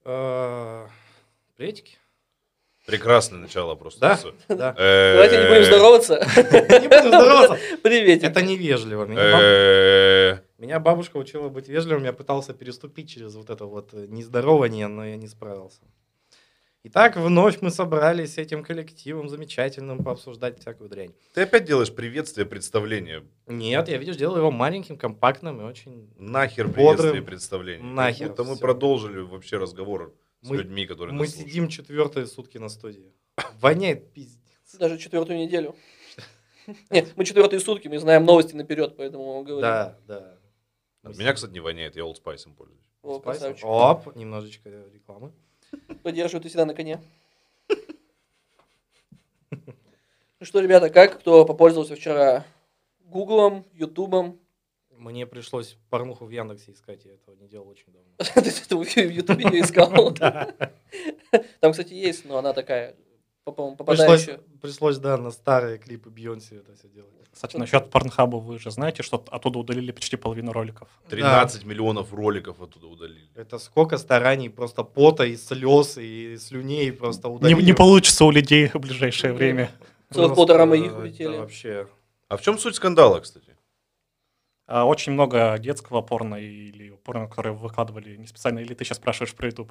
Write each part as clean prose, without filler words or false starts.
Приветики. Прекрасное начало просто. Да, да. Давайте не будем здороваться. Не будем здороваться. Привет. Это невежливо. Меня бабушка учила быть вежливым, я пытался переступить через вот это вот нездорование, но я не справился. Итак, вновь мы собрались с этим коллективом замечательным пообсуждать всякую дрянь. Ты опять делаешь приветствие, представление. Нет, я, видишь, делал его маленьким, компактным и очень Нахер бодрым. приветствие, представление. Нахер. Будто мы всё. продолжили вообще разговор с Мы- людьми, которые Мы нас слушают. сидим 4-е сутки на студии. Воняет пиздец. Даже 4-ю неделю. Нет, мы 4-е сутки, мы знаем новости наперед, поэтому говорим. Да, да. От меня, кстати, не воняет, я Old Spice пользуюсь. О, Спайсом. красавчик. Оп, немножечко рекламы. Поддерживают и всегда на коне. Ну что, ребята, как кто попользовался вчера Гуглом, Ютубом? Мне пришлось порнуху в Яндексе искать, я этого не делал очень давно. Ты в Ютубе ее искал? Там, кстати, есть, но она такая, попадающая. Пришлось, да, на старые клипы Бейонсе это все делать. Кстати, насчет Порнхаба, вы же знаете, что оттуда удалили почти половину роликов. 13 миллионов роликов оттуда удалили. Это сколько стараний, просто пота и слез, и слюней просто удалили. Не получится у людей в ближайшее время. Целых Просто 1,5 моих это улетели. вообще... А в чем суть скандала, кстати? Очень много детского порно или порно, которое выкладывали не специально. Или ты сейчас спрашиваешь про YouTube?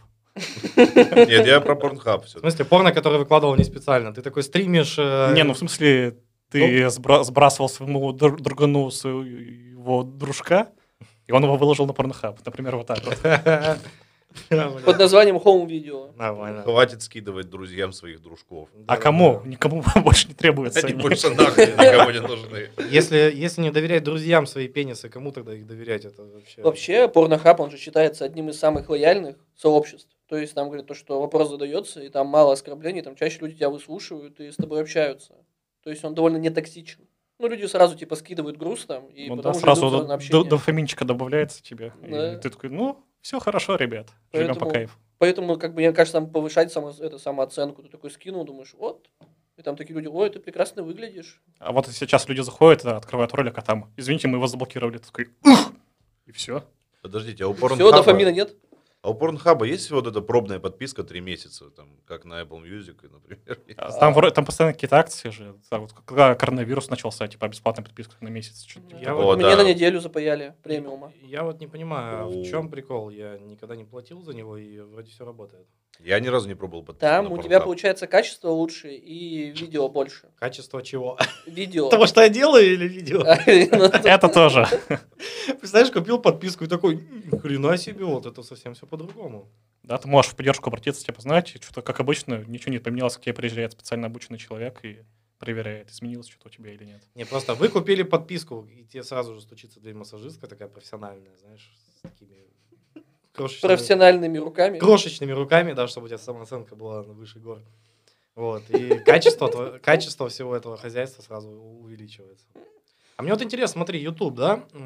Нет, я про Pornhub В все. смысле, порно, которое выкладывал не специально. Ты такой стримишь... Не, ну в смысле, ты сбрасывал своему другану его дружка, и он его выложил на Pornhub. Например, вот так вот. Под названием Home Video. Нормально. Хватит скидывать друзьям своих дружков. А кому? Никому больше не требуется. Они больше нахрен никому не нужны. Если не доверять друзьям свои пенисы, кому тогда их доверять? Это вообще... Вообще, Pornhub, он же считается одним из самых лояльных сообществ. То есть там говорят, то, что вопрос задается, и там мало оскорблений, там чаще люди тебя выслушивают и с тобой общаются. То есть он довольно нетоксичен. Ну, люди сразу типа скидывают груз там, и Ну потом да, уже идут сразу на общение. дофаминчика добавляется тебе. Да. И ты такой, ну, все хорошо, ребят, живем по Поэтому- кайфу. Поэтому, как бы, мне кажется, там повышать самооценку. Ты такой скинул, думаешь, вот. И там такие люди, ой, ты прекрасно выглядишь. А вот сейчас люди заходят, открывают ролик, а там, извините, мы его заблокировали. Ты такой, ух! И все. Подождите, а у Все, дофамина Pornhub... нет. А у Pornhub есть вот эта пробная подписка 3 месяца, там, как на Apple Music, например? Там постоянно какие-то акции же. Да, вот когда коронавирус начался, типа бесплатная подписка на месяц. Что-то типа Я такого. вот- Мне да. на неделю запаяли премиума. Я вот не понимаю, а в О. чем прикол? Я никогда не платил за него, и вроде все работает. Я ни разу не пробовал подписку Там на у тебя Pornhub. получается качество лучше и видео больше. Качество чего? Видео. Того, что я делаю, или видео? Это тоже. Представляешь, купил подписку и такой, хрена себе, вот это совсем все по-другому. Да, ты можешь в поддержку обратиться, типа, знаете, что-то, как обычно, ничего не поменялось, к тебе приезжает специально обученный человек и проверяет, изменилось что-то у тебя или нет. Не, просто вы купили подписку, и тебе сразу же стучится дверь массажистка, такая профессиональная, знаешь, с такими Профессиональными руками. крошечными руками, да, чтобы у тебя самооценка была выше гор. Вот, и качество всего этого хозяйства сразу увеличивается. А мне вот интересно, смотри, YouTube,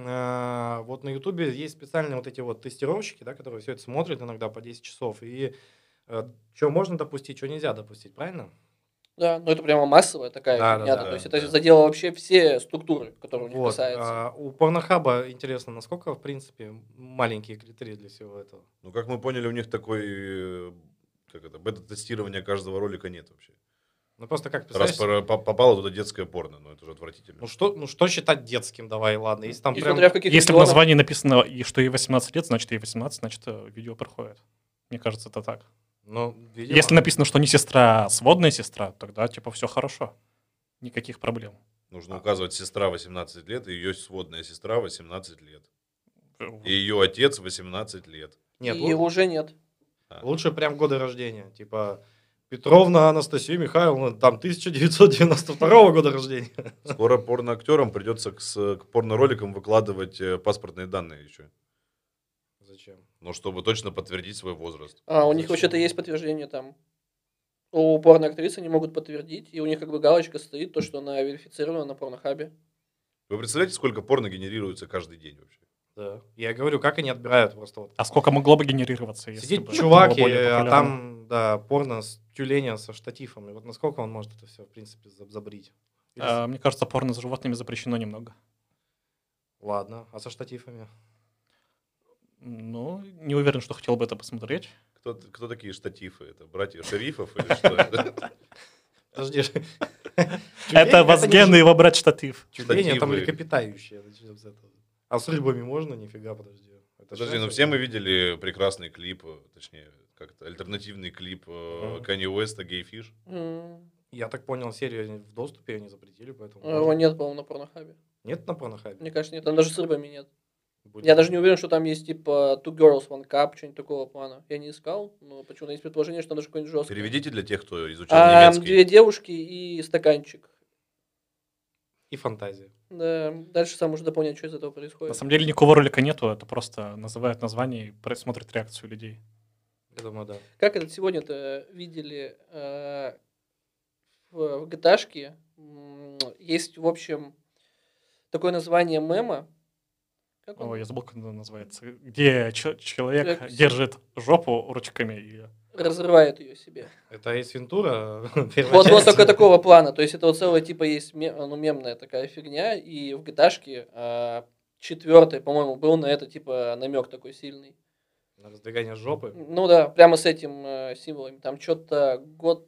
да, вот на YouTube есть специальные вот эти вот тестировщики, да, которые все это смотрят иногда по 10 часов, и что можно допустить, что нельзя допустить, правильно? Да, но это прямо массовая такая Да, фигня. да, То есть да. это задело вообще все структуры, которые у них Вот, касаются. у Порнохаба интересно, насколько, в принципе, маленькие критерии для всего этого? Ну, как мы поняли, у них такой, как это, бета-тестирования каждого ролика нет вообще. Ну просто как, Раз представляешь, попало туда детское порно, ну это же отвратительно. ну что считать детским, давай, ладно, если там И прям... смотря в каких Если в регионах. названии написано, что ей 18 лет, значит, ей 18, значит, видео проходит. Мне кажется, это так. Ну, видимо, Если написано, что не сестра, а сводная сестра, тогда, типа, все хорошо. Никаких проблем. Нужно указывать сестра 18 лет, и ее сводная сестра 18 лет. И ее отец 18 лет. Нет, И уже нет. лучше прям годы рождения, типа Петровна Анастасия Михайловна, там 1992 года рождения. Скоро порноактерам придется к порнороликам выкладывать паспортные данные еще. Зачем? Ну, чтобы точно подтвердить свой возраст. А у них Зачем? вообще-то есть подтверждение там. У порноактрисы они могут подтвердить, и у них как бы галочка стоит, то, что она верифицирована на порнохабе. Вы представляете, сколько порно генерируется каждый день вообще? Да. Я говорю, как они отбирают просто вот. А сколько могло бы генерироваться, если Сидит бы чувак, это было более а популярно? там, да, порно с тюленя со штативом. И вот насколько он может это все, в принципе, забрить? Или Мне кажется, порно с животными запрещено немного. Ладно, а со штативами? Ну, не уверен, что хотел бы это посмотреть. Кто такие штатифы? Это братья шерифов или что это? Подожди. Это возгенный его брат штатив. Тюлени, там штативы. млекопитающие. Начнем с этого. А с рыбами можно? Нифига, подожди. Это Подожди, щас ну это- все мы видели прекрасный клип, точнее, как-то альтернативный клип Канье Уэста «Гейфиш». Я так понял, серию в доступе они запретили, поэтому... Его можно. нет, по-моему, на порнохабе. Нет на порнохабе? Мне кажется, нет. Там даже с рыбами нет. Будет. Я даже не уверен, что там есть типа Two Girls, One Cup, что-нибудь такого плана. Я не искал, но почему-то есть предположение, что там даже какой-нибудь жесткий. Переведите для тех, кто изучал немецкий. 2 девушки и стаканчик. И фантазия. Да, дальше сам уже дополнять, что из этого На происходит. самом деле никакого ролика нету, это просто называют название и смотрят реакцию людей. Я думаю, да. Как это сегодня-то видели в GTA-шке? Есть, в общем, такое название мема. Как он? Ой, я забыл, как это называется. Где человек Человек держит жопу ручками и... Разрывает ее себе. Это Эйс Вентура. первая Вот часть. только такого плана. То есть это вот целая типа есть мемная такая фигня. И в GTA-шке 4, по-моему, был на это типа намек такой сильный. На раздвигание жопы. Ну да, прямо с этим символом. Там что-то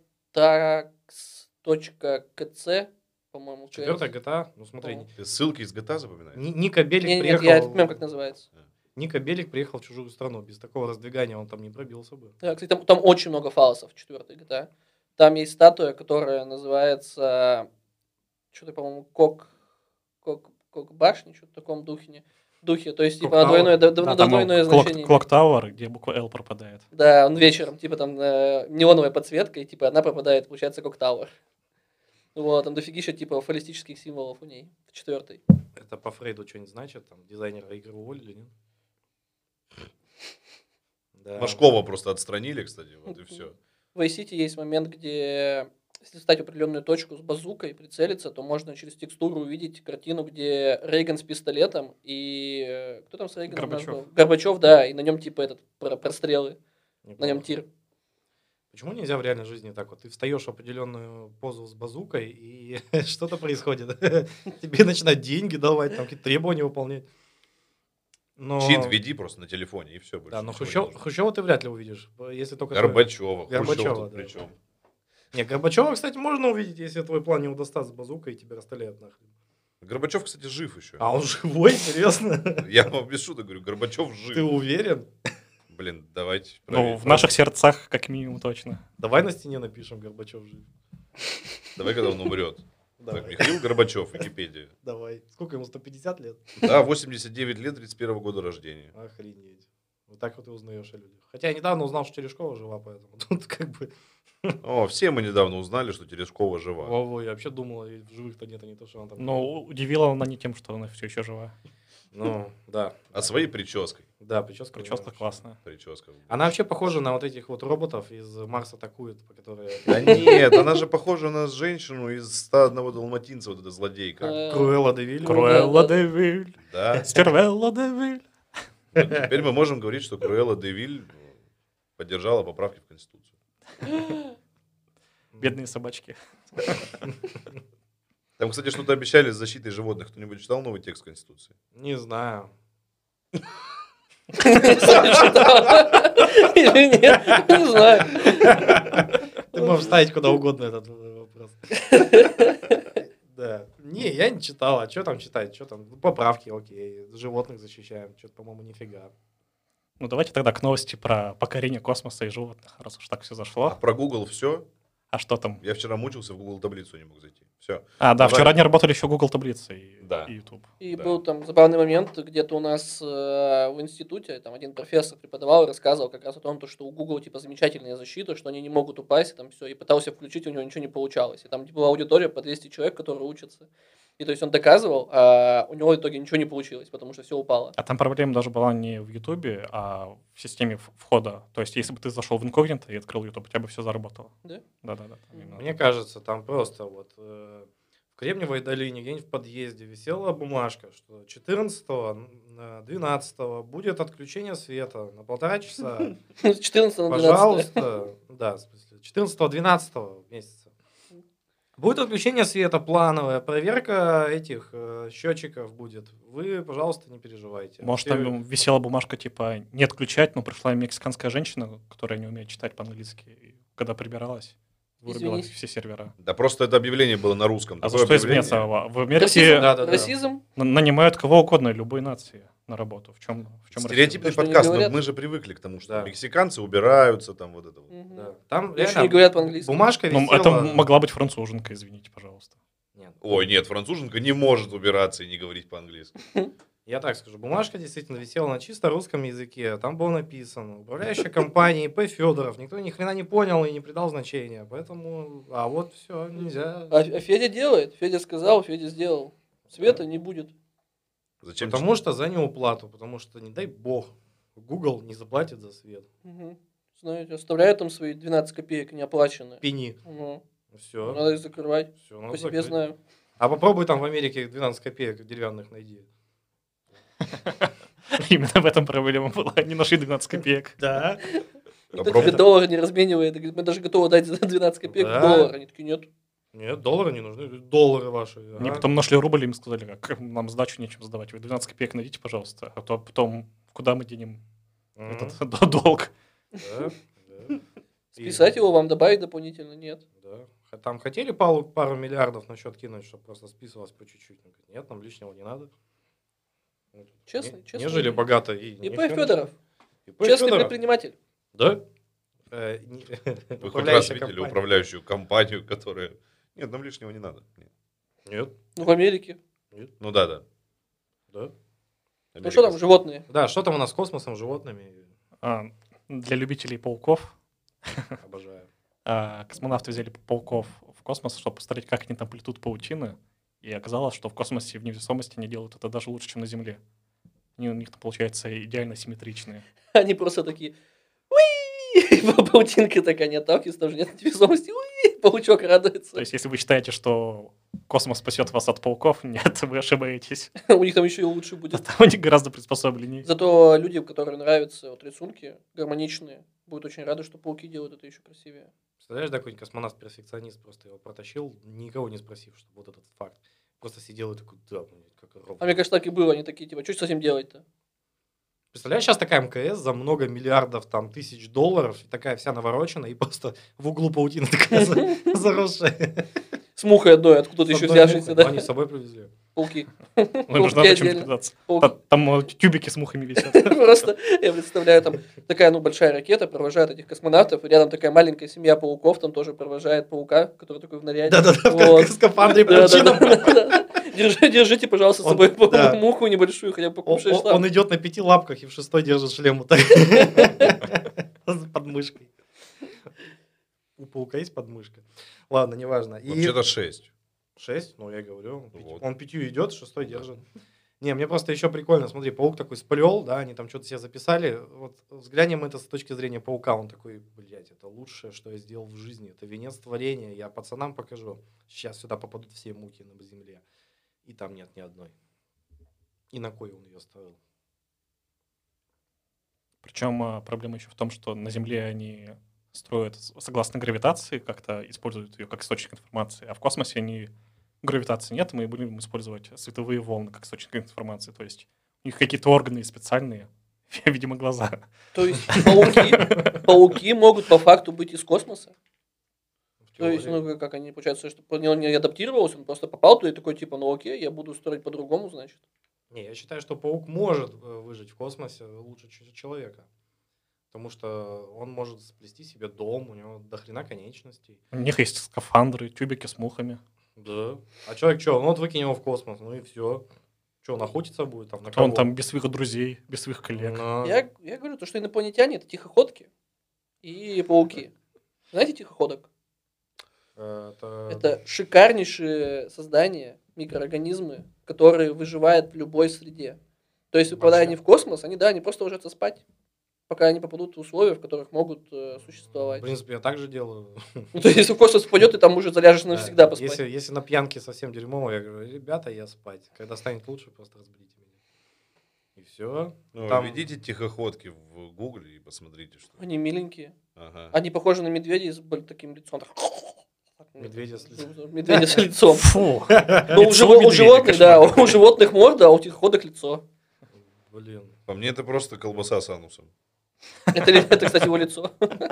gotax.kc, по-моему. Четвертая GTA. Ну смотри, По-моему. Ты ссылки из GTA запоминаешь? Ника Белик Нет, приехал... я этот мем как называется. Ника Белик приехал в чужую страну. Без такого раздвигания он там не пробился бы. Да, кстати, там очень много фалосов в 4-й GTA. Там есть статуя, которая называется что-то, по-моему, Кок башни, что-то в таком духе. То есть, типа, на двойное, Да, там двойное значение. Clock Tower, где буква L пропадает. Да, он вечером, типа, там неоновая подсветка, и, типа, одна пропадает, получается, Кок Тауэр. Вот, там дофигища, типа, фаллистических символов у ней в 4-й. Это по Фрейду что-нибудь значит? Там дизайнера игры уволили, нет? Да. Машкова просто отстранили, кстати, вот и все. В Vice City есть момент, где, если встать в определенную точку с базукой, прицелиться, то можно через текстуру увидеть картину, где Рейган с пистолетом и... Кто там с Рейганом? Горбачев. Горбачев, да, и на нем типа этот прострелы, на Неплохо. нем тир. Почему нельзя в реальной жизни так вот? Ты встаешь в определенную позу с базукой, и что-то происходит. Тебе начинают деньги давать, там какие-то требования выполнять. Но... Чит веди просто на телефоне, и все. Да, но Хрущева ты вряд ли увидишь, если только... Горбачева. Горбачева, да. Причем. Не, Горбачева, кстати, можно увидеть, если твой план не удастся с базукой, и тебя расстреляют нахрен. Горбачев, кстати, жив еще. А он живой, серьезно? Я вам без шуток говорю, Горбачев Ты жив. уверен? Блин, давайте Ну, проверим. в наших сердцах, как минимум, точно. Давай на стене напишем Горбачев жив. Давай, когда он умрет. Так, Давай. Михаил Горбачев, Википедия. Давай. Сколько ему, 150 лет? Да, 89 лет, 31 года рождения. Охренеть. Вот так вот и узнаешь о людях. Хотя я недавно узнал, что Терешкова жива, поэтому тут как бы... О, все мы недавно узнали, что Терешкова жива. Во-во, я вообще думал, и в живых-то нет, а не то, что она там... Но удивила она не тем, что она все еще жива. Ну, да. А своей прической. Да, прическа. у неё Прическа вообще. классная. Прическа. Она вообще похожа на вот этих вот роботов из Марс атакует, по которые... Да нет, она же похожа на женщину из 101 далматинца, вот эта злодейка. Круэлла де Виль. Круэлла де Виль, Да. Стервелла де Виль. Вот теперь мы можем говорить, что Круэлла де Виль поддержала поправки в Конституцию. Бедные собачки. Там, кстати, что-то обещали с защитой животных. Кто-нибудь читал новый текст Конституции? Не знаю. Или нет? Не знаю. Ты можешь ставить куда угодно этот вопрос. Да. Не, я не читал. А что там читать? Что там? Ну, поправки, окей. Животных защищаем. Что-то, по-моему, нифига. Ну, давайте тогда к новости про покорение космоса и животных, раз уж так все А зашло. про Google все? А что там? Я вчера мучился, в Google таблицу не мог зайти. Все. А, да, Давай. вчера не работали еще Google таблицы Да. и YouTube. И Да. был там забавный момент, где-то у нас в институте, там один профессор преподавал и рассказывал как раз о том, что у Google типа замечательная защита, что они не могут упасть, и там все, и пытался включить, у него ничего не получалось. И там типа, была аудитория по 200 человек, которые учатся. И то есть он доказывал, а у него в итоге ничего не получилось, потому что все упало. А там проблема даже была не в YouTube, а в системе входа. То есть, если бы ты зашел в инкогнито и открыл YouTube, у тебя бы все заработало. Да? Да-да-да. там именно Мне так. кажется, там просто вот в Кремниевой долине где-нибудь в подъезде висела бумажка, что 14-12 будет отключение света на 1,5 часа. С 14 на 12. Пожалуйста. Да, в смысле, 14-12 месяца. Будет отключение света плановое, проверка этих счетчиков будет. Вы, пожалуйста, не переживайте. Может, Все- там висела бумажка, типа, не отключать, но пришла мексиканская женщина, которая не умеет читать по-английски, и когда прибиралась, вырубила Извините. все сервера. Да просто это объявление было на русском. А за Такое что объявление. изменяться? В Расизм? Америке Да-да-да. Расизм? нанимают кого угодно, любой нации на работу. В чем Стереотипный То, что они подкаст, но говорят. мы же привыкли к тому, что Да. мексиканцы убираются, там вот это вот. Мгм. Да. Там Еще реально не говорят по-английски. бумажка Ну, висела... это могла быть француженка, извините, пожалуйста. Нет. Ой, нет, француженка не может убираться и не говорить по-английски. Я так скажу, бумажка действительно висела на чисто русском языке. Там было написано: управляющая компания П. Федоров. Никто ни хрена не понял и не придал значения. Поэтому, а вот все, нельзя. А Федя делает. Федя сказал, Федя сделал. Света не будет. Зачем? Потому что за неуплату. Потому что, не дай бог, Google не заплатит за свет. Мгм. Знаете, оставляют там свои 12 копеек неоплаченные. Пени. Ну, Все. надо их закрывать. Все, По себе знаю. А попробуй там в Америке 12 копеек деревянных найди. Именно в этом проблема была. Они нашли 12 копеек. Да. Никто Попробуй. тебе доллар не разменивает. Говорит, мы даже готовы дать за 12 копеек Да. доллар. Они такие, нет. Нет, доллары не нужны. Доллары ваши. Они ага. потом нашли рубль, им сказали, как нам сдачу нечем сдавать. Вы 12 копеек найдите, пожалуйста. А то потом куда мы денем Мгм. этот долг? Да, да. И- Списать его вам добавить дополнительно? Нет. Да. Там хотели пару миллиардов на счет кинуть, чтобы просто списывалось по чуть-чуть. Он говорит, нет, нам лишнего не надо. Вот. Честный, честный. Не жили богато и... И не П. хрена. Федоров. И П. Честный Федоров. предприниматель. Да? Вы хоть раз видели управляющую компанию, которая... Нет, нам лишнего не надо. Нет. Нет, Ну, в Америке. Ну да, да. да. Ну, что там, животные? Да, что там у нас с космосом, животными? Для любителей пауков Обожаю. космонавты взяли пауков в космос, чтобы посмотреть, как они там плетут паутины. И оказалось, что в космосе в невесомости они делают это даже лучше, чем на Земле. Они у них там получается идеально симметричные. Они просто такие, уи! Паутинка такая не отталкивается, тоже нет невесомости. Уи! Паучок радуется. То есть, если вы считаете, что космос спасет вас от пауков, нет, вы ошибаетесь. У них там еще и лучше будет. Там они гораздо приспособленнее. Зато люди, которым нравятся вот рисунки гармоничные, будут очень рады, что пауки делают это еще красивее. Представляешь, да, какой-нибудь космонавт-перфекционист просто его протащил, никого не спросив, что вот этот факт. Просто сидел и такой, да, блин, как ровно. А мне кажется, так и было. Они такие, типа, что с этим делать-то? Представляешь, сейчас такая МКС за много миллиардов, там, тысяч долларов, и такая вся навороченная, и просто в углу паутина такая заросшая. С мухой одной, откуда-то С еще одной взявшейся, мухой. да? Они с собой привезли. Пауки. Ну, им же Пауки надо чем-то отдельно. питаться. Пауки. Там тюбики с мухами висят. Просто я представляю, там такая, ну, большая ракета провожает этих космонавтов, и рядом такая маленькая семья пауков, там тоже провожает паука, который такой в наряде. Да-да-да, Вот. в скафандре Да, да, причина. да. Держите, пожалуйста, с Он- собой да. муху небольшую, хотя бы покушаешь Он там. идет на 5 лапках и в 6 держит шлем вот так. Под мышкой. У паука есть подмышка. Ладно, неважно. И Вообще-то 6. 6, ну я и говорю. Вот. Он 5 идет, 6 держит. Не, мне просто еще прикольно, смотри, паук такой сплел, да, они там что-то себе записали. Вот взглянем это с точки зрения паука, он такой, блядь, это лучшее, что я сделал в жизни, это венец творения, я пацанам покажу. Сейчас сюда попадут все муки на земле. И там нет ни одной. И на кой он ее ставил? Причем проблема еще в том, что на Земле они строят согласно гравитации, как-то используют ее как источник информации, а в космосе они гравитации нет, мы будем использовать световые волны как источник информации. То есть у них какие-то органы специальные, видимо, глаза. То есть пауки могут по факту быть из космоса? В То есть, теории. ну, как они, получается, что он не адаптировался, он просто попал туда и такой, типа, ну окей, я буду строить по-другому, значит. Не, я считаю, что паук может выжить в космосе лучше человека. Потому что он может сплести себе дом, у него дохрена конечностей. У них есть скафандры, тюбики с мухами. Да. А человек что? Ну вот выкинь его в космос, ну и все. Что, он охотиться будет там на Он кого? там без своих друзей, без своих коллег. На- Я говорю, то, что инопланетяне — это тихоходки и пауки. Знаете тихоходок? Это шикарнейшие создания, микроорганизмы, которые выживают в любой среде. То есть, попадая они в космос, они просто ложатся спать, пока они попадут в условия, в которых могут В существовать. принципе, я так же делаю. Ну, то есть, если в космос попадет, ты там уже заляжешь навсегда Да. поспать. Если на пьянке совсем дерьмово, я говорю, ребята, я спать. Когда станет лучше, просто разбудите меня. И все. Ну, Там- введите тихоходки в Гугле и посмотрите, что. Они миленькие. Ага. Они похожи на медведей с таким лицом. Так Медведя с лицом. Медведя с лицом. Фу. Ну, у Лицо животных, медведя, да, кошмар. у животных морда, а у тихоходок лицо. Блин. По мне это просто колбаса с анусом. Это, кстати, его лицо.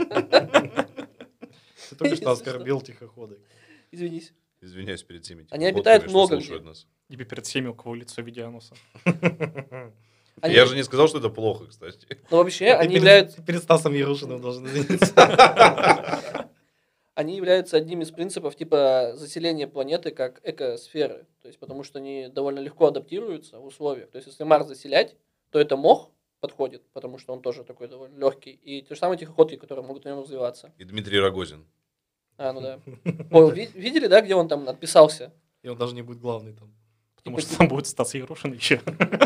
Ты только что оскорбил тихоходы. Извинись. Извиняюсь перед всеми. Они тихоходками, обитают что много слушают где. нас. Тебе перед всеми, у кого лицо в виде ануса. Они- Я же не сказал, что это плохо, кстати. Но вообще, Ты они являются... перед Стасом Ярушиным должен извиниться. Они являются одним из принципов типа заселения планеты как экосферы. То есть потому что они довольно легко адаптируются в условиях. То есть если Марс заселять, то это мох подходит, потому что он тоже такой довольно легкий. И те же самые тихоходки, которые могут на нем развиваться. И Дмитрий Рогозин. А, ну да. Ой, видели, да, где он там отписался? И он даже не будет главный там. Потому что там будет Стас Ярушин еще.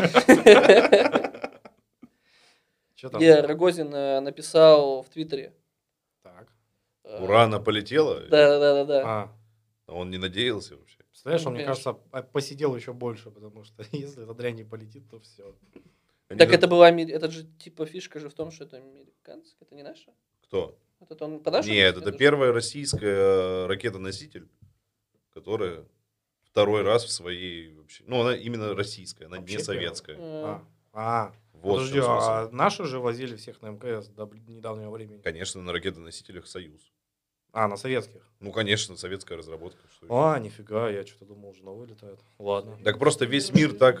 Что там? Где Рогозин написал в Твиттере. Так. Ура, она полетела? Да. А, А он не надеялся вообще. представляешь, Ну, он, мне конечно. кажется, посидел еще больше, потому что если эта дрянь не полетит, то все. Они Так же- это была... Это же типа фишка же в том, что это американцы, это не наша? Кто? Это он по нашему? Нет, это первая российская ракета-носитель, которая второй раз в своей... Вообще, ну, она именно российская, она Вообще не советская. Вот в Подожди, чем смысл. а наши же возили всех на МКС до недавнего времени? Конечно, на ракетоносителях «Союз». А, на советских. Ну, конечно, советская разработка. Что еще? А, нифига, я что-то думал, уже новые летают. Ладно. Так просто весь мир так,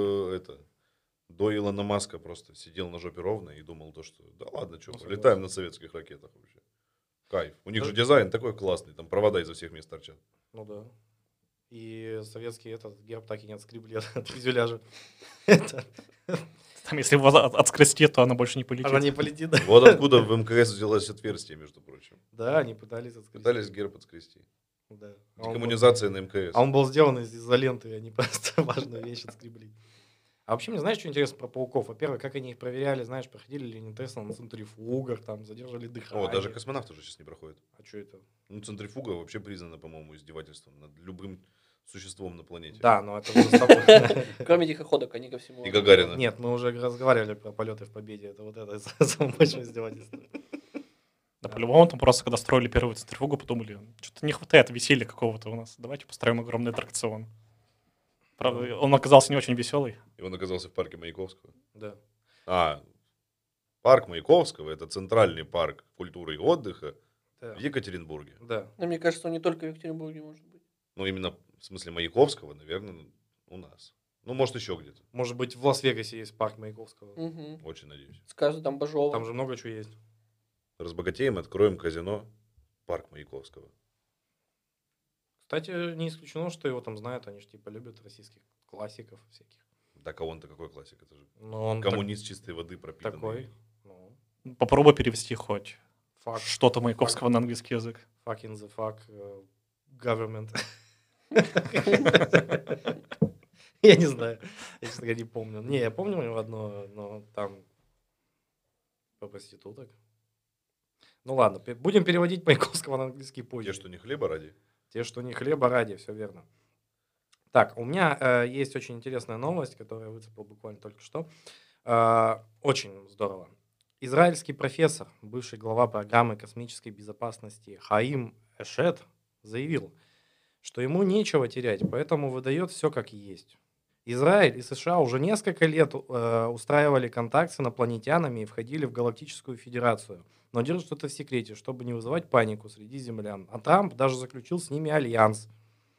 до Илона Маска просто сидел на жопе ровно и думал то, что да ладно, что, Ну, летаем на советских ракетах вообще. Кайф. У них Да. же дизайн такой классный, там провода изо всех мест торчат. Ну да. И советский этот герб так и не отскребли от фюзеляжа. Это- Там, если его отскрести, то она больше не полетит. Она не полетит. Да? Вот откуда в МКС взялось отверстие, между прочим. Да, они пытались отскрести. Пытались герб отскрести. Да. А он был- Декоммунизация на МКС. А он был сделан из изоленты, они просто важную вещь отскребли. А вообще, мне знаешь, что интересно про пауков? Во-первых, как они их проверяли, знаешь, проходили ли они тесты на центрифугах, там, задерживали дыхание. О, даже космонавты уже сейчас не проходят. А что это? Ну, центрифуга вообще признана, по-моему, издевательством над любым существом на планете. Да, но это уже с тобой. Кроме тихоходок, они ко всему. И Гагарина. Нет, мы уже разговаривали про полеты в Победе. Это вот это самое большое издевательство. Да, по-любому там просто, когда строили первую центрифугу, подумали, что-то не хватает веселья какого-то у нас. Давайте построим огромный аттракцион. Правда, он оказался не очень веселый. И он оказался в парке Маяковского. Да. А, парк Маяковского — это центральный парк культуры и отдыха Да. в Екатеринбурге. Да. Но мне кажется, он не только в Екатеринбурге может быть. Ну, именно в смысле Маяковского, наверное, у нас. Ну, может, еще где-то. Может быть, в Лас-Вегасе есть парк Маяковского. Угу. Очень надеюсь. Скажут там Бажова. Там же много чего есть. Разбогатеем, откроем казино парк Маяковского. Кстати, не исключено, что его там знают. Они же типа любят российских классиков всяких. Так, а он-то какой классик? Это же Но он коммунист чистой воды пропитанный. такой. Ну, Попробуй перевести хоть fuck, что-то Маяковского на английский язык. fucking the fuck government. Я не знаю. Я, честно говоря, не помню. Не, я помню у него одно, но там по проституток. Ну ладно, будем переводить Маяковского на английский позже. Те, что не хлеба ради. Те, что не хлеба ради, все верно. Так, у меня есть очень интересная новость, которую я выцепил буквально только что. Очень здорово. Израильский профессор, бывший глава программы космической безопасности Хаим Эшет, заявил, что ему нечего терять, поэтому выдает все как есть. Израиль и США уже несколько лет устраивали контакт с инопланетянами и входили в Галактическую Федерацию, но держат это в секрете, чтобы не вызывать панику среди землян. А Трамп даже заключил с ними альянс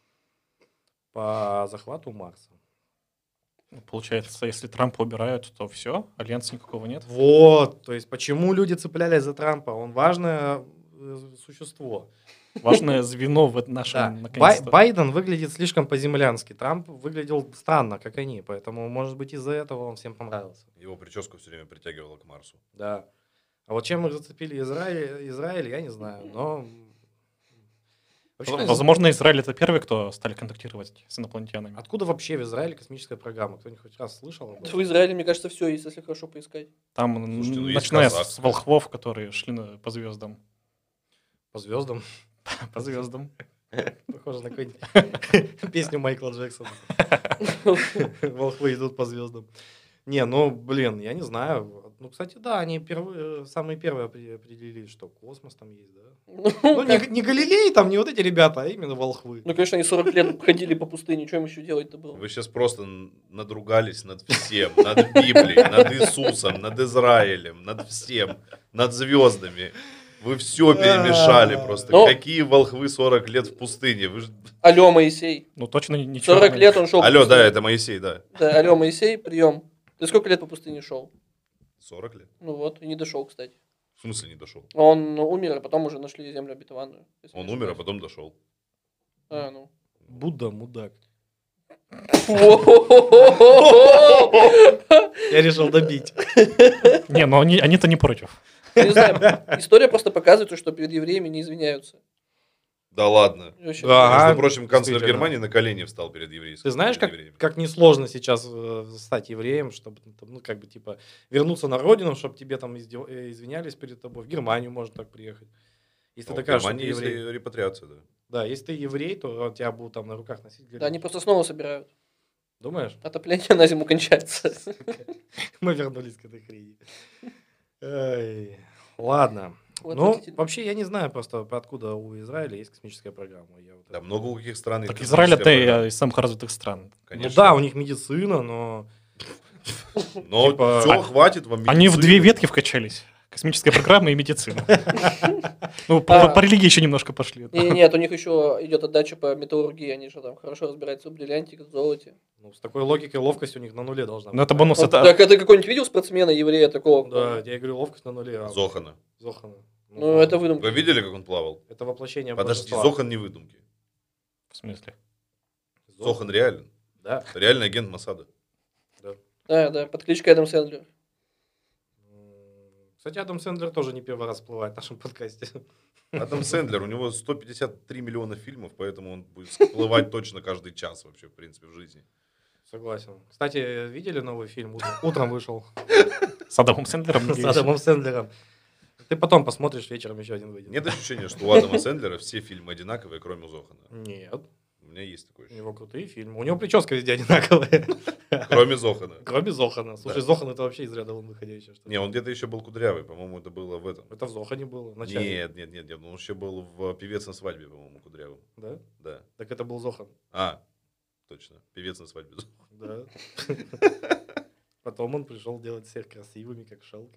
по захвату Марса. Получается, если Трампа убирают, то все, альянса никакого нет. Вот, то есть почему люди цеплялись за Трампа? Он важное существо. Важное звено в Да. нашем, наконец-то. Байден выглядит слишком по-землянски, Трамп выглядел странно, как они, поэтому, может быть, из-за этого он всем понравился. Его прическу все время притягивала к Марсу. Да. А вот чем их зацепили Израиль, я не знаю, но... Вообще, Возможно, Израиль — это первый, кто стали контактировать с инопланетянами. откуда вообще в Израиле космическая программа? Кто-нибудь хоть раз слышал об этом? В Израиле, мне кажется, все есть, если хорошо поискать. Там, Слушайте, ну, есть начиная с казахская. волхвов, которые шли по звездам. По звездам. По звездам. Похоже на какую-нибудь песню Майкла Джексона. Волхвы идут по звездам. Не, ну, блин, я не знаю. Вот. Ну, кстати, да, они самые первые определили, что космос там есть, да. Ну, Ну, не Галилей, там не вот эти ребята, а именно волхвы. Ну, конечно, они 40 лет ходили по пустыне, что им еще делать-то было? Вы сейчас просто надругались над всем, над Библией, над Иисусом, над Израилем, над всем, над звездами. Вы все перемешали просто. Но- Какие волхвы 40 лет в пустыне? Вы ж- Алло, Моисей. Ну, точно ничего. 40 лет он шел. Алло, да, это Моисей, да. Да, алло, Моисей, прием. Ты сколько лет по пустыне шел? 40 лет? Ну вот, и не дошел, кстати. В смысле не дошел? Он умер, а потом уже нашли землю обетованную. если Он не умер, а ошибаюсь. потом дошел. А, ну. Будда, мудак. Я Я решил добить. Не, но они-то не против. не знаю, история просто показывает, что перед евреями не извиняются. Да ладно. И вообще, Да. Ага, Между прочим, канцлер действительно. Германии на колени встал перед еврейским. Ты знаешь, перед как, евреями. как несложно сейчас стать евреем, чтобы, ну, как бы, типа, вернуться на родину, чтобы тебе там извинялись перед тобой. В Германию можно так приехать. Если Ну, ты в докажешь, что ты Германии есть еврей. репатриация, да. Да, если ты еврей, то тебя будут там на руках носить. Да, они просто снова собирают. Думаешь? Отопление на зиму кончается. Мы вернулись к этой хрени. Ай, ладно. Вот Ну, отвратительно. вообще, я не знаю просто, откуда у Израиля есть космическая программа. Я вот Да, это- много у каких стран. Так есть Израиль это космическая программа. из самых развитых стран. Ну Конечно. да, у них медицина, но... Но типа- все, хватит вам Они в медицины. две ветки вкачались. Космическая программа и медицина. Ну, А. по религии еще немножко пошли. Нет, у них еще идет отдача по металлургии, они же там хорошо разбираются в бриллианте, в золоте. Ну, с такой логикой ловкость у них на нуле должна Ну, это быть. бонус. Вот, Это так, а ты какой-нибудь видел спортсмена, еврея такого? Да, я говорю, ловкость на нуле. а Зохана. Зохана. Ну, это выдумка. Вы видели, как он плавал? Это воплощение Подожди, божества. Зохан не выдумки. в смысле? Зохан реален. Да. Реальный агент Моссада. Да, под кличкой Адам Сэндлер. Кстати, Адам Сэндлер тоже не первый раз всплывает в нашем подкасте. Адам Сэндлер, у него 153 миллиона фильмов, поэтому он будет всплывать точно каждый час вообще, в принципе, в жизни. Согласен. Кстати, видели новый фильм? Утром вышел. С Адамом Сэндлером, С надеюсь. Адамом Сэндлером. Ты потом посмотришь, вечером еще один выйдет. Нет ощущения, что у Адама Сэндлера все фильмы одинаковые, кроме Зохана. Нет. У меня есть такое У ощущение. него крутые фильмы. У него прическа везде одинаковая. Кроме Зохана. Кроме Зохана. Слушай, Да. Зохан это вообще из ряда вон выходящий. что ли. Не, он где-то еще был кудрявый, по-моему, это было в этом. Это в Зохане было. вначале. Нет, он еще был в «Певец на свадьбе», по-моему, кудрявым. Да? Да. Так это был Зохан. А, точно, «Певец на свадьбе». Да. Потом он пришел делать всех красивыми, как шелк.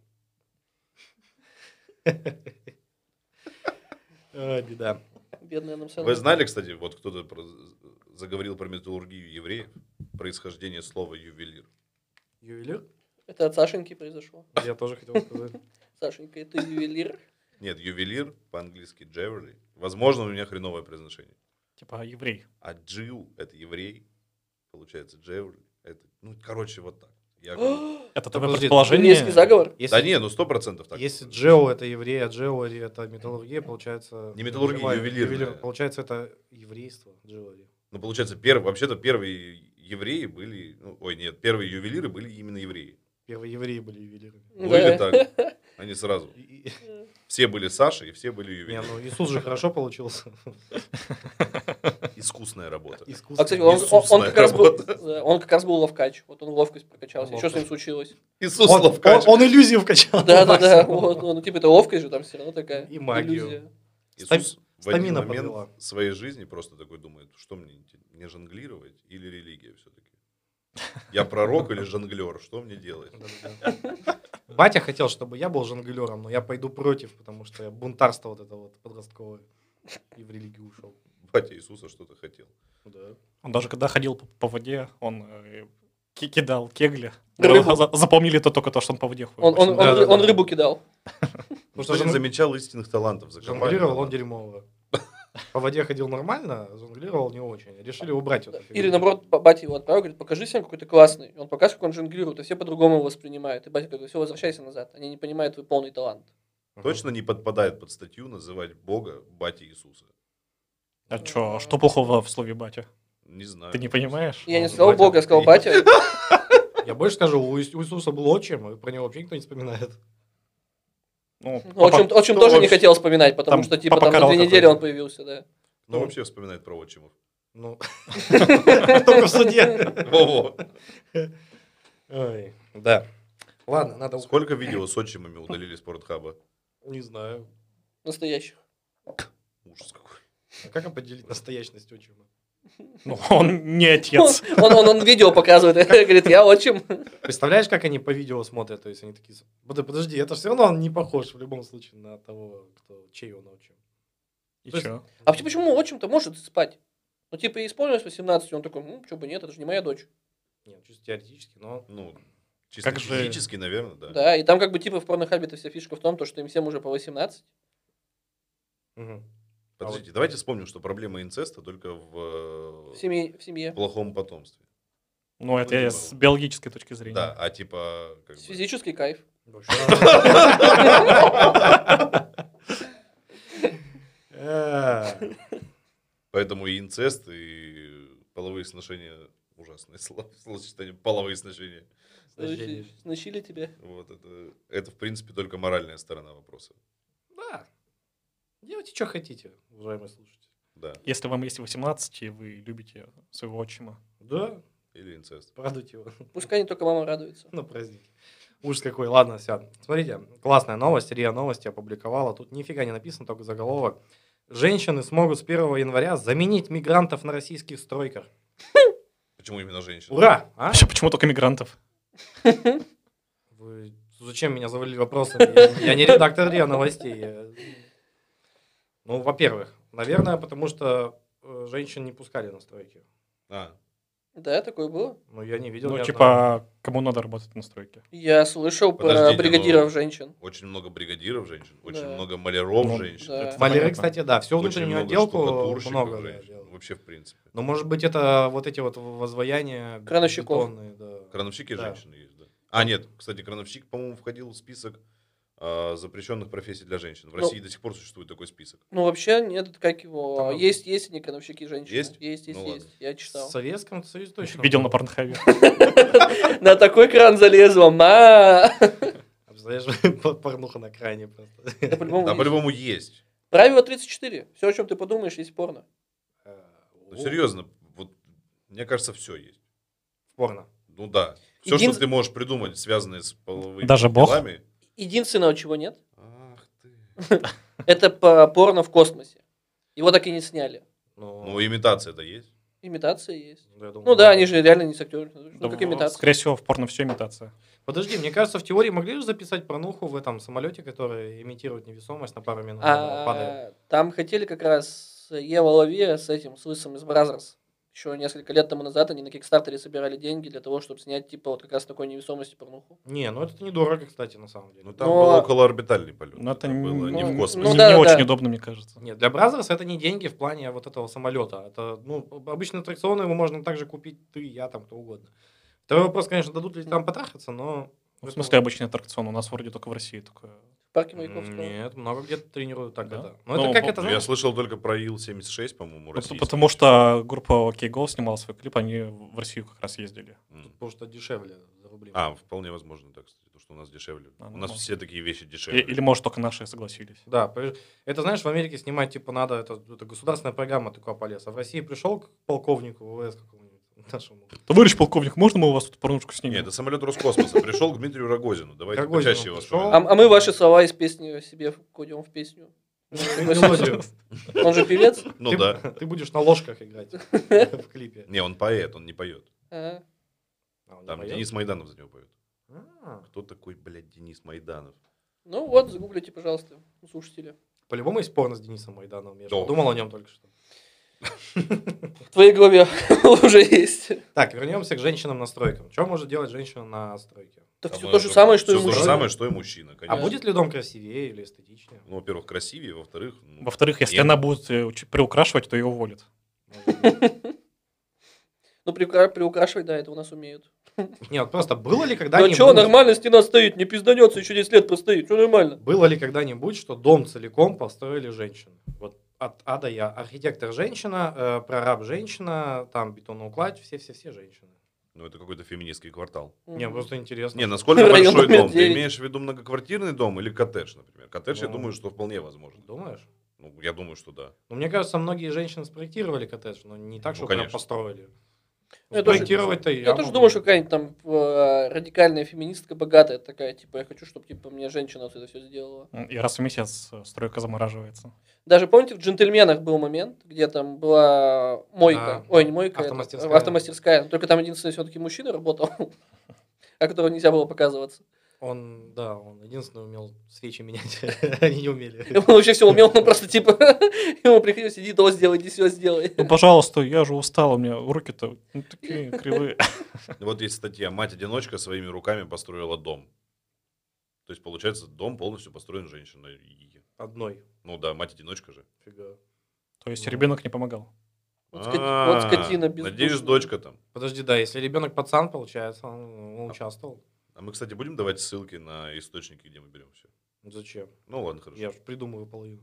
Беда. Бедный Адам Сэндлер. Вы знали, кстати, вот кто-то заговорил про металлургию евреев, происхождение слова ювелир. Ювелир? Это от Сашеньки произошло. Я тоже хотел сказать. Сашенька, это ювелир. Нет, ювелир по-английски jewelry. Возможно, у меня хреновое произношение. Типа еврей. А Джиу это еврей, получается jewelry. Это, ну, короче, вот так. Я Это Да твое подожди, предположение. Еврейский заговор. Если, Да не, ну 100% так. если Джео это еврей, а Джеуари это металлургия, получается... Не металлургия, ювелирная. Получается, это еврейство, Джеуари. Ну, получается, вообще-то первые евреи были, ну, ой, нет, первые ювелиры были именно евреи. Первые евреи были ювелирами. Были Да. так, они сразу. И- Все были Саши, и все были Не, ювелиры. ну Иисус же хорошо получился. Искусная работа. Искусство. А, кстати, он Иисусная как раз был, работа. да, он как раз был ловкач. Вот он ловкость прокачался. И что с ним Ловкость. случилось? Иисус Он, Лавкач. он иллюзию вкачал. Да. максимум. Вот, ну, типа, это ловкость же там все равно такая. И магию. иллюзия. Иисус в один стамина момент подвела. своей жизни просто такой думает, что мне жонглировать или религия все-таки? Я пророк или жонглер? Что мне делать? Да-да-да. Батя хотел, чтобы я был жонглером, но я пойду против, потому что я бунтарство вот это вот подростковое. И в религию ушел. Батя Иисуса что-то хотел. Да. Он даже когда ходил по воде, он кидал кегли. Рыбу. Запомнили то только то, что он по воде ходит. Он Да-да-да. рыбу кидал. Потому Никто что не жон- замечал истинных талантов. закопали жонглировал он талант. дерьмово. По воде ходил нормально, а жонглировал не очень. Решили убрать эту фигню. Или наоборот, батя его отправил, говорит, покажи всем какой-то классный. Он показывает, как он жонглирует, и все по-другому его воспринимают. И батя говорит, все, возвращайся назад. Они не понимают твой полный талант. Ага. Точно не подпадает под статью называть Бога батей Иисуса. А что плохого в слове батя? Не знаю. Ты не понимаешь? Я не Ну, сказал батя. Бога, я сказал батя. Я больше скажу, у Иисуса был отчим, и про него вообще никто не вспоминает. Ну, Отчим Кто тоже не вообще- хотел вспоминать, потому Там что типа папа там на Карл 2 недели какой-то. он появился, да. Кто вообще вспоминает про отчимов? Ну, только в суде. Во-во. Ой, да. Ладно, надо... Сколько видео с отчимами удалили с Портхаба? Не знаю. Настоящих. Ужас какой. А как определить настоящность отчима? Ну, он не отец. Он видео показывает, говорит, я отчим. Представляешь, как они по видео смотрят? То есть они такие, подожди, это все равно он не похож в любом случае на того, чей он отчим. И То есть- чё? А почему отчим-то может спать? Ну, типа, исполнилось 18, он такой, что бы нет, это же не моя дочь. Нет, чисто теоретически, но... Ну, чисто Как же- физически, наверное, да. Да, и там как бы типа в порнохабе-то вся фишка в том, то, что им всем уже по 18. Мгм. Подождите, давайте вспомним, что проблема инцеста только В семье. плохом потомстве. Ну, это я с биологической точки зрения. Да, а типа... как бы- Физический кайф. Вообще. Поэтому и инцест, и половые сношения ужасное словосочетание. Половые сношения. Сносили тебя. Вот это, в принципе, только моральная сторона вопроса. Да. Делайте, что хотите, уважаемые слушатели. Да. Если вам есть 18, и вы любите своего отчима. Да, Или инцест. порадуйте его Пускай не только мама радуется. на празднике. Ужас какой. Ладно, все. Смотрите, классная новость. РИА Новости опубликовала. Тут нифига не написано, только заголовок. Женщины смогут с 1 января заменить мигрантов на российских стройках. Почему именно женщины? Ура! А? Почему только мигрантов? Вы зачем меня завалили вопросами? Я не редактор РИА Новостей. Ну, во-первых, наверное, потому что женщин не пускали на стройки. А, Да, такое было. Но я не видел ни Ну, одного. типа, кому надо работать на стройке? Я слышал про Подождите, бригадиров но- женщин. очень много бригадиров женщин, очень Да. много маляров Ну, женщин. да. Это Маляры, понятно. кстати, да, всю Очень внутреннюю много отделку штукатурщиков много да, женщин. делают. Вообще, в принципе. Но, может быть, это вот эти вот возваяния Крановщиков. бетонные, да. Крановщики Да. женщины есть, да. А, нет, кстати, крановщик, по-моему, входил в список запрещенных профессий для женщин. В Ну, России до сих пор существует такой список. Ну, вообще, нет, это как его... Там- Есть они крановщики женщины. Есть? Есть, Ну, ладно. есть. Я В читал. Советском Союзе точно. Видел на Порнхабе. На такой кран залезла, ма! Представляешь, порнуха на кране просто. Да, по-любому Да, есть. по-любому есть. Правило 34. Все, о чем ты подумаешь, есть порно. Ну, серьезно, вот, мне кажется, все есть. Порно. Ну да. Все, Един- что ты можешь придумать, связанное с половыми Даже Бог? делами. Единственного, чего нет, Ах ты. это порно в космосе. Его так и не сняли. Ну, имитация-то есть. Имитация есть. я думаю, Ну да, они же реально не с актерами. Ну, как Да, имитация. Скорее всего, в порно все имитация. Подожди, мне кажется, в теории могли же записать порнуху в этом самолете, который имитирует невесомость на пару минут падает. Там хотели как раз Ева Лавия с этим, с Лысым из Бразерс. Еще несколько лет тому назад они на Кикстартере собирали деньги для того, чтобы снять, типа, вот как раз такой невесомости порнуху. Не, ну это недорого, кстати, на самом деле. Ну там Но- был околоорбитальный полет. Но это было не ну, в космосе. ну не, да, не да. очень удобно, мне кажется. Нет, для Бразерс это не деньги в плане вот этого самолета. Это, ну, обычно аттракционы его можно также купить ты, я, там, кто угодно. Второй вопрос, конечно, дадут ли там потрахаться, но... Ну, в смысле, обычный аттракцион. У нас вроде только в России такое. В парке Маяковского. Нет, много где-то тренируют так Да? это. Ну, Ну, это как вот это, Я знаешь, слышал только про Ил-76, по-моему, российский. Потому что группа OK Go снимала свой клип, они в Россию как раз ездили. М. что дешевле за рубли. А, вполне возможно, так, кстати, то, что у нас дешевле. А, У нас ну, все такие вещи дешевле. Или, может, только наши согласились. Да, это, знаешь, в Америке снимать, типа, надо, это государственная программа такая полез. А в России пришел к полковнику ВВС какому-нибудь нашему. Товарищ полковник, можно мы у вас тут порнушку снимем? Нет, это самолет Роскосмоса. Пришел к Дмитрию Рогозину. Давайте Рогозину почаще его пришел. вспоминать. А мы ваши слова из песни себе вкодим в песню. Мелодию. Он же певец. Ну Ты- да. Ты будешь на ложках играть в клипе. Не, он поэт, он не поет. Ага. А, он не Там поет? Денис Майданов за него поет. А, Кто такой, блядь, Денис Майданов? Ну вот, загуглите, пожалуйста, слушатели. По-любому есть порно с Денисом Майдановым. Я же Да. думал о нем только что. В твоей голове уже есть. Так, вернемся к женщинам на стройках. Что может делать женщина на стройке? Так Там все у то нас же самое, что и всё то же мужчина. самое, что и мужчина, А конечно. будет ли дом красивее или эстетичнее? Ну, во-первых, красивее, во-вторых... ну, Во-вторых, если нет. она будет приукрашивать, то ее уволят. Ну, приукрашивать, да, это у нас умеют. Нет, просто было ли Да когда-нибудь... что, нормально стена стоит, не пизданется, еще 10 лет простоит, все нормально. Было ли когда-нибудь, что дом целиком построили женщины? Вот от А до Я. Архитектор женщина, прораб женщина, там бетоноукладчик, все женщины. Ну, это какой-то феминистский квартал. Мне просто интересно. Не, насколько Район большой номер дом? Ты 9. имеешь в виду многоквартирный дом или коттедж, например? Коттедж, я Ну. думаю, что вполне возможно. Думаешь? Ну, я думаю, что да. Ну, мне кажется, многие женщины спроектировали коттедж, но не так, Ну, что прям конечно. построили. Ну, я тоже- Спроектировать-то Я тоже могу. думаю, что какая-нибудь там радикальная феминистка богатая такая, типа, я хочу, чтобы типа мне женщина вот это все сделала. И раз в месяц стройка замораживается. Даже помните, в «Джентльменах» был момент, где там была мойка. Ой, не мойка, это автомастерская. автомастерская. Только там единственный все-таки мужчина работал, о котором нельзя было показываться. Он единственный умел свечи менять, они не умели. Он вообще все умел, но просто типа ему приходилось иди то сделай, иди все сделай. Ну, пожалуйста, я же устал, у меня руки-то такие кривые. Вот есть статья. Мать-одиночка своими руками построила дом. То есть, получается, дом полностью построен женщиной. Одной. Ну да, мать-одиночка же. Фига. То есть ребенок не помогал. Вот скотина бездушная. Надеюсь, дочка там. Подожди, да, если ребенок пацан, получается, он участвовал. А мы, кстати, будем давать ссылки на источники, где мы берем все? Зачем? Ну ладно, хорошо. Я же придумываю половину.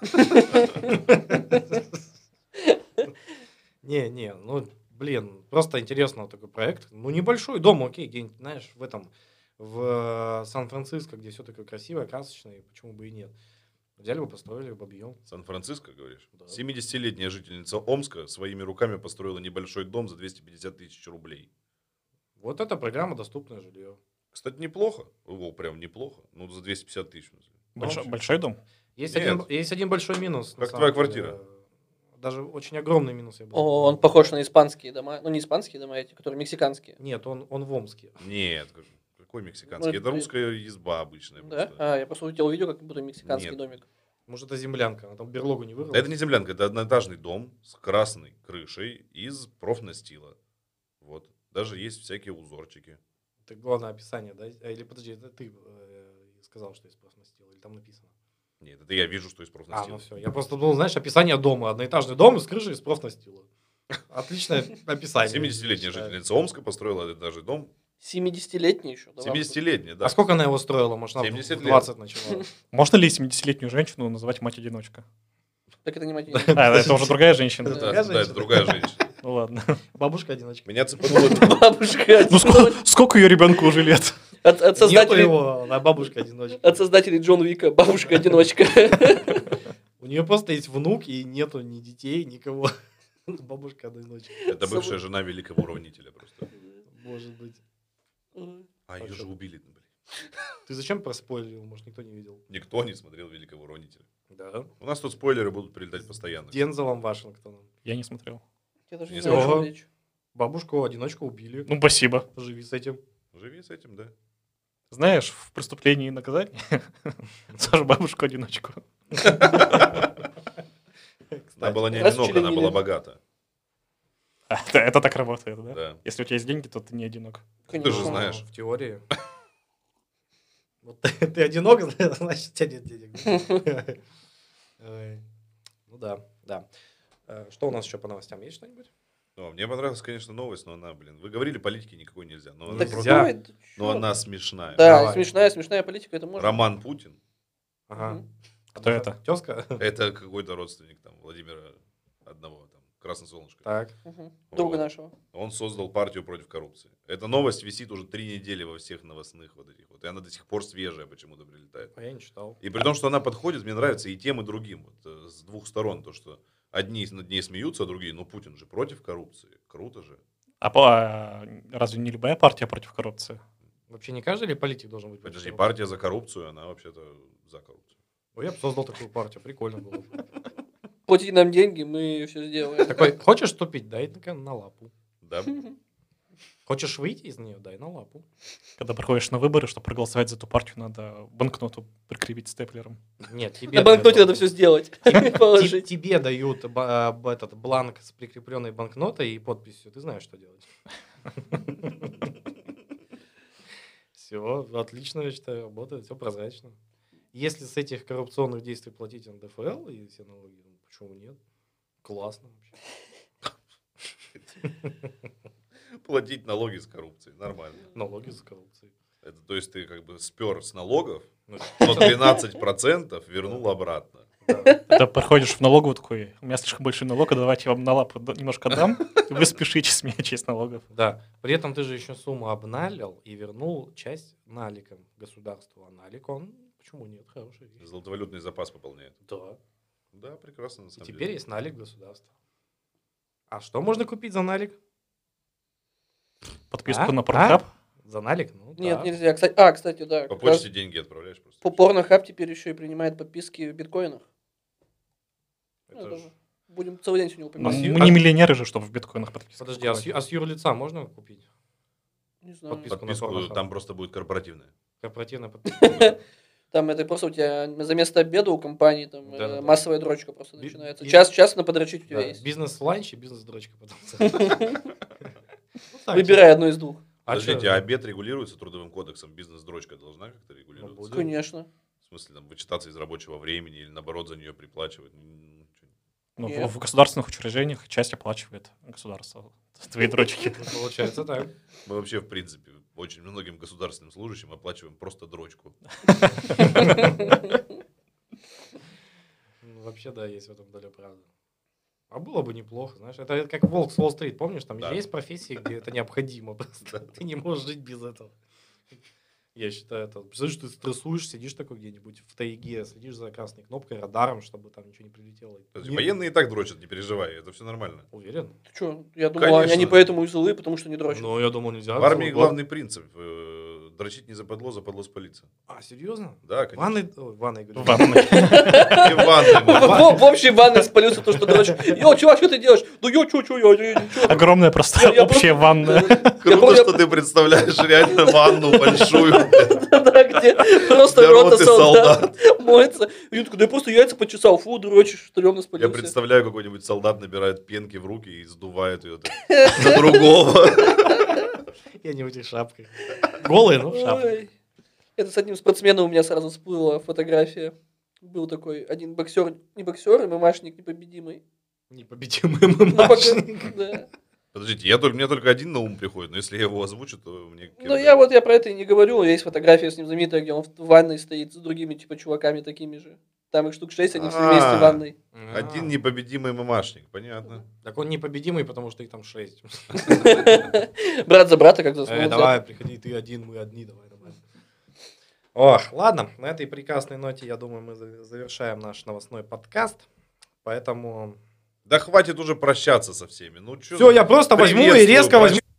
Не, ну, блин, просто интересно вот такой проект. Ну, небольшой дом, окей, где-нибудь, знаешь, в Сан-Франциско, где все такое красивое, красочное, почему бы и нет. Взяли бы, построили бы объем. Сан-Франциско, говоришь? Да. 70-летняя жительница Омска своими руками построила небольшой дом за 250 тысяч рублей. Вот эта программа «Доступное жилье». Кстати, неплохо. О, прям неплохо. Ну, за 250 тысяч. Большой дом? Есть Нет. один большой минус. на Как самом твоя деле. квартира. Даже очень огромный минус, я бы О, сказал. он похож на испанские дома. Ну, не испанские дома эти, которые мексиканские. Нет, он в Омске. Нет, какой мексиканский? Ну, Это русская изба обычная. Да? просто. А, я просто увидел видео, как будто мексиканский Нет. домик. Может, это землянка, она там берлогу не вырвала. Да это не землянка, это одноэтажный дом с красной крышей из профнастила. Вот. Даже есть всякие узорчики. Это главное описание, да? Или подожди, это ты сказал, что из профнастила, или там написано? Нет, это я вижу, что из А, профнастила. ну все. Я просто думал, знаешь, описание дома. Одноэтажный дом с крышей из профнастила. Отличное описание. 70-летняя считаю. жительница Омска построила одноэтажный дом. 70-летний еще. да, 70-летняя, да. А сколько она его строила? Может, она 70 в лет. 20 начала? Можно ли 70-летнюю женщину называть мать-одиночка? Так это не мать. А, это уже другая женщина. Да, другая да, это женщина. другая женщина. Ну ладно. Бабушка-одиночка. Меня цепануло. Бабушка. Ну сколько ее ребенку уже лет? От Нету создателей... его, она бабушка-одиночка. От создателей Джон Уика. Бабушка-одиночка. У нее просто есть внук, и нету ни детей, никого. Бабушка-одиночка. Это бывшая жена великого уравнителя просто. Может быть. А ее же убили, блин. Ты зачем проспойлерил? Может, никто не видел? Никто не смотрел великого уравнителя. Да. У нас тут спойлеры будут прилетать постоянно. Дензелом Вашингтоном. Я не смотрел. Я даже не Не знаю, о чем знаю. речь. Бабушку-одиночку убили. Ну, спасибо. Живи с этим. Живи с этим, да. Знаешь, в «Преступлении и наказании» тоже бабушку-одиночку. Она была не Раз одинока, она членили. была богата. Это так работает, да? Да. Если у тебя есть деньги, то ты не одинок. Ты же Конечно. знаешь. В теории. Вот ты одинок, значит, у тебя нет денег. Ой. Ну да, да. Что у нас еще по новостям? Есть что-нибудь? Ну, мне понравилась, конечно, новость, но она, блин, вы говорили, политики никакой нельзя. Но она, Да Нельзя. просто- какой это, но чё? она смешная. Да, Давай. смешная политика, это можно. Роман Путин, Ага. Мгм. Кто это? Тезка? это какой-то родственник там Владимира одного, там, Красносолнышко. Так. Мгм. Вот. Друга нашего. Он создал партию против коррупции. Эта новость висит уже 3 недели во всех новостных вот этих вот. И она до сих пор свежая почему-то прилетает. А я не читал. И при том, что она подходит, мне нравится и тем, и другим. Вот, с двух сторон. То, что одни над ней смеются, а другие, ну, Путин же против коррупции. Круто же. Разве не любая партия против коррупции? Вообще не каждый ли политик должен быть? Это же против не коррупции? партия за коррупцию, она вообще-то за коррупцию. Ой, я бы создал такую партию, прикольно было бы. Платите нам деньги, мы все сделаем. Такой, хочешь вступить? Дай на лапу. Да? Хочешь выйти из нее? Дай на лапу. Когда приходишь на выборы, чтобы проголосовать за эту партию, надо банкноту прикрепить степлером. Нет, тебе... На банкноте дают- надо все сделать. Ти- Положить. Тебе дают этот бланк с прикрепленной банкнотой и подписью. Ты знаешь, что делать. Все, отлично, я считаю, работает, все прозрачно. Если с этих коррупционных действий платить НДФЛ и все налоги, ну, почему нет? Классно вообще. Платить налоги с коррупцией. Нормально. Налоги за коррупцией. Это, то есть ты как бы спер с налогов, Ну, но 12% вернул обратно. да. Когда приходишь в налоговую, такой, у меня слишком большой налог, а давайте я вам на лапу немножко дам, и вы спешите с меня часть налогов. Да. При этом ты же еще сумму обналил и вернул часть наликом государству. А налик он, почему нет, хорошая вещь. Золотовалютный запас пополняет. Да. Да, прекрасно на И самом теперь деле. есть налик государства. А что можно купить за налик? Подписку на Pornhub. За налик? Ну, Нет, да. нельзя. Кстати, да. По как раз почте деньги отправляешь просто. Pornhub теперь еще и принимает подписки в биткоинах. Ну, Это это ж- же будем целый день сегодня Ну, упоминать. мы не миллионеры же, чтобы в биткоинах подписываться. Подожди, а с юрлица можно купить? Не знаю. подписку на Подписку Pornhub. там просто будет корпоративная. Корпоративная подписка. Там это просто у тебя за место обеда у компании там Да-да-да. массовая дрочка просто Би- начинается. и- Час на подрочить у тебя Да, есть. Бизнес-ланч и бизнес-дрочка потом. Ну, так, Выбирай одну из двух. Подождите, чё? а обед регулируется трудовым кодексом? Бизнес-дрочка должна как-то регулироваться? будет. Конечно. В смысле, там, вычитаться из рабочего времени или, наоборот, за нее приплачивать? Чё- Ну, Нет. в государственных учреждениях часть оплачивает государство. Твои дрочки. Ну, получается так. Мы вообще, в принципе, очень многим государственным служащим оплачиваем просто дрочку. Ну, вообще, да, есть в этом доля правды. А было бы неплохо, знаешь. Это как Волк с Уолл-стрит, помнишь? Там Да. есть профессии, где это необходимо просто. Ты не можешь жить без этого. Я считаю, это... Представляешь, ты стрессуешь, сидишь такой где-нибудь в тайге, следишь за красной кнопкой, радаром, чтобы там ничего не прилетело. Подожди, Не- военные и так дрочат, не переживай, это все нормально. Уверен? Ты что? Я думал, они Конечно. поэтому и злые, потому что не дрочат. Ну, я думал, нельзя. В армии Вот. главный принцип дрочить не западло спалиться. А, серьезно? Да, конечно. Ванной... Ой, ванной, говорю. В ванной. И в ванной можно. В общей ванной спалился то, что дрочит. Йо, чувак, что ты делаешь? Ну, я ничего. Огромная просто Я общая ванная. Круто, что ты представляешь реально ванну большую Да, где просто для рота роты солдат солдат. моется. И он такой, да я просто яйца почесал. Фу, дрочишь, стрёмно Я спалился. представляю, какой-нибудь солдат набирает пенки в руки и сдувает ее на другого. Я не в этих шапках. Голые, ну, в шапках. Ой. Это с одним спортсменом у меня сразу всплыла фотография. Был такой один боксер, не боксер, ММАшник непобедимый. Непобедимый Ну, пока- ММАшник. да. Подождите, мне только один на ум приходит, но если я его озвучу, то мне... Ну, я про это и не говорю. Есть фотография с ним знаменитая, где он в ванной стоит с другими, типа, чуваками такими же. Там их штук 6, они все вместе в ванной. Один непобедимый мамашник, понятно. Так он непобедимый, потому что их там 6. Брат за брата, как заснул. Давай, приходи, ты один, мы одни, давай. Ох, ладно, на этой прекрасной ноте, я думаю, мы завершаем наш новостной подкаст. Поэтому... Да хватит уже прощаться со всеми. Ну, чё Все, я просто возьму и приветствую, резко возьму